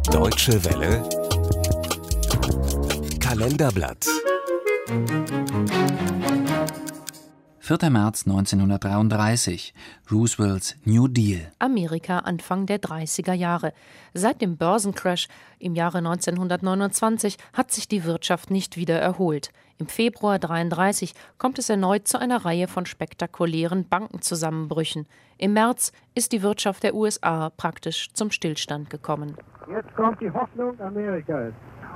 Deutsche Welle Kalenderblatt 4. März 1933. Roosevelts New Deal. Amerika Anfang der 30er Jahre. Seit dem Börsencrash im Jahre 1929 hat sich die Wirtschaft nicht wieder erholt. Im Februar 1933 kommt es erneut zu einer Reihe von spektakulären Bankenzusammenbrüchen. Im März ist die Wirtschaft der USA praktisch zum Stillstand gekommen. Jetzt kommt die Hoffnung Amerikas.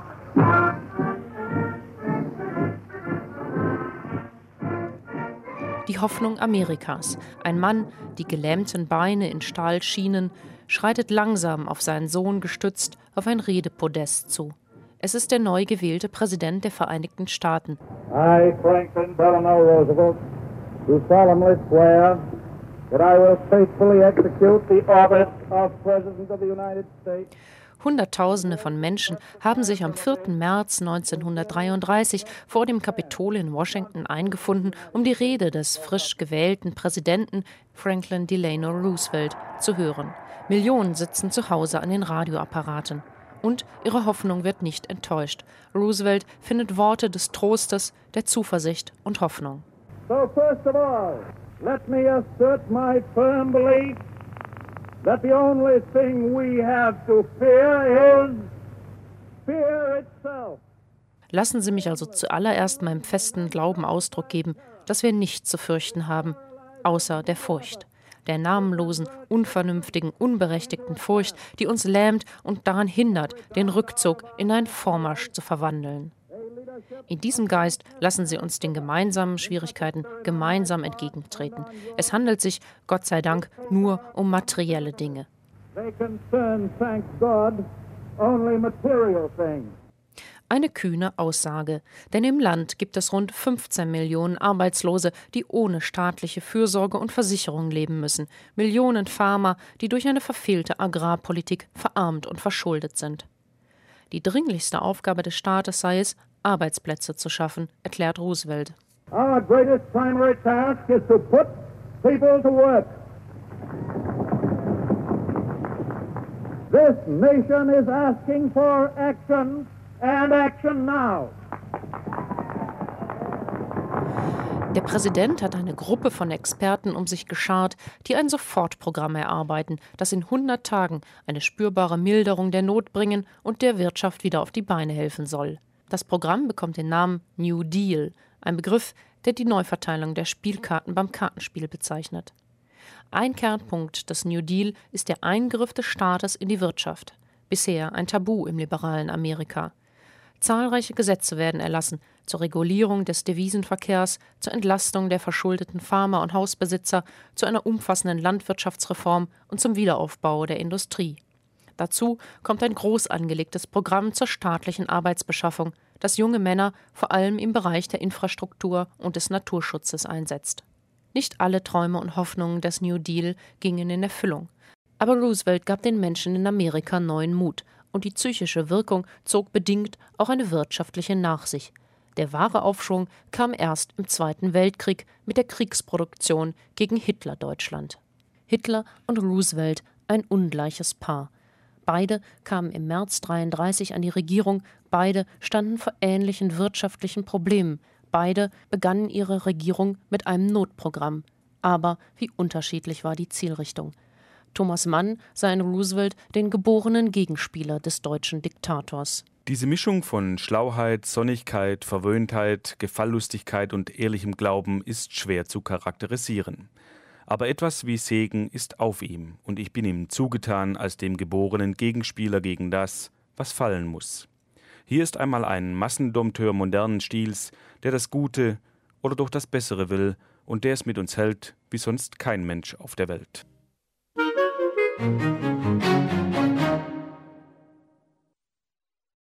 Die Hoffnung Amerikas. Ein Mann, die gelähmten Beine in Stahlschienen, schreitet langsam auf seinen Sohn gestützt auf ein Redepodest zu. Es ist der neu gewählte Präsident der Vereinigten Staaten. I, Franklin Delano Roosevelt, do solemnly swear that I will faithfully execute the office of President of the United States. Hunderttausende von Menschen haben sich am 4. März 1933 vor dem Kapitol in Washington eingefunden, um die Rede des frisch gewählten Präsidenten Franklin Delano Roosevelt zu hören. Millionen sitzen zu Hause an den Radioapparaten. Und ihre Hoffnung wird nicht enttäuscht. Roosevelt findet Worte des Trostes, der Zuversicht und Hoffnung. So first of all, let me assert my firm belief that the only thing we have to fear is fear itself. Lassen Sie mich also zuallererst meinem festen Glauben Ausdruck geben, dass wir nichts zu fürchten haben, außer der Furcht. Der namenlosen, unvernünftigen, unberechtigten Furcht, die uns lähmt und daran hindert, den Rückzug in einen Vormarsch zu verwandeln. In diesem Geist lassen Sie uns den gemeinsamen Schwierigkeiten gemeinsam entgegentreten. Es handelt sich, Gott sei Dank, nur um materielle Dinge. They concern, thank God, only material things. Eine kühne Aussage, denn im Land gibt es rund 15 Millionen Arbeitslose, die ohne staatliche Fürsorge und Versicherung leben müssen, Millionen Farmer, die durch eine verfehlte Agrarpolitik verarmt und verschuldet sind. Die dringlichste Aufgabe des Staates sei es, Arbeitsplätze zu schaffen, erklärt Roosevelt. Our greatest primary task is to put people to work. This nation is asking for action. And action now. Der Präsident hat eine Gruppe von Experten um sich geschart, die ein Sofortprogramm erarbeiten, das in 100 Tagen eine spürbare Milderung der Not bringen und der Wirtschaft wieder auf die Beine helfen soll. Das Programm bekommt den Namen New Deal, ein Begriff, der die Neuverteilung der Spielkarten beim Kartenspiel bezeichnet. Ein Kernpunkt des New Deal ist der Eingriff des Staates in die Wirtschaft. Bisher ein Tabu im liberalen Amerika. Zahlreiche Gesetze werden erlassen zur Regulierung des Devisenverkehrs, zur Entlastung der verschuldeten Farmer und Hausbesitzer, zu einer umfassenden Landwirtschaftsreform und zum Wiederaufbau der Industrie. Dazu kommt ein groß angelegtes Programm zur staatlichen Arbeitsbeschaffung, das junge Männer vor allem im Bereich der Infrastruktur und des Naturschutzes einsetzt. Nicht alle Träume und Hoffnungen des New Deal gingen in Erfüllung. Aber Roosevelt gab den Menschen in Amerika neuen Mut. Und die psychische Wirkung zog bedingt auch eine wirtschaftliche nach sich. Der wahre Aufschwung kam erst im Zweiten Weltkrieg mit der Kriegsproduktion gegen Hitler-Deutschland. Hitler und Roosevelt, ein ungleiches Paar. Beide kamen im März 1933 an die Regierung, beide standen vor ähnlichen wirtschaftlichen Problemen. Beide begannen ihre Regierung mit einem Notprogramm. Aber wie unterschiedlich war die Zielrichtung. Thomas Mann sah in Roosevelt den geborenen Gegenspieler des deutschen Diktators. Diese Mischung von Schlauheit, Sonnigkeit, Verwöhntheit, Gefallustigkeit und ehrlichem Glauben ist schwer zu charakterisieren. Aber etwas wie Segen ist auf ihm und ich bin ihm zugetan als dem geborenen Gegenspieler gegen das, was fallen muss. Hier ist einmal ein Massendompteur modernen Stils, der das Gute oder doch das Bessere will und der es mit uns hält wie sonst kein Mensch auf der Welt.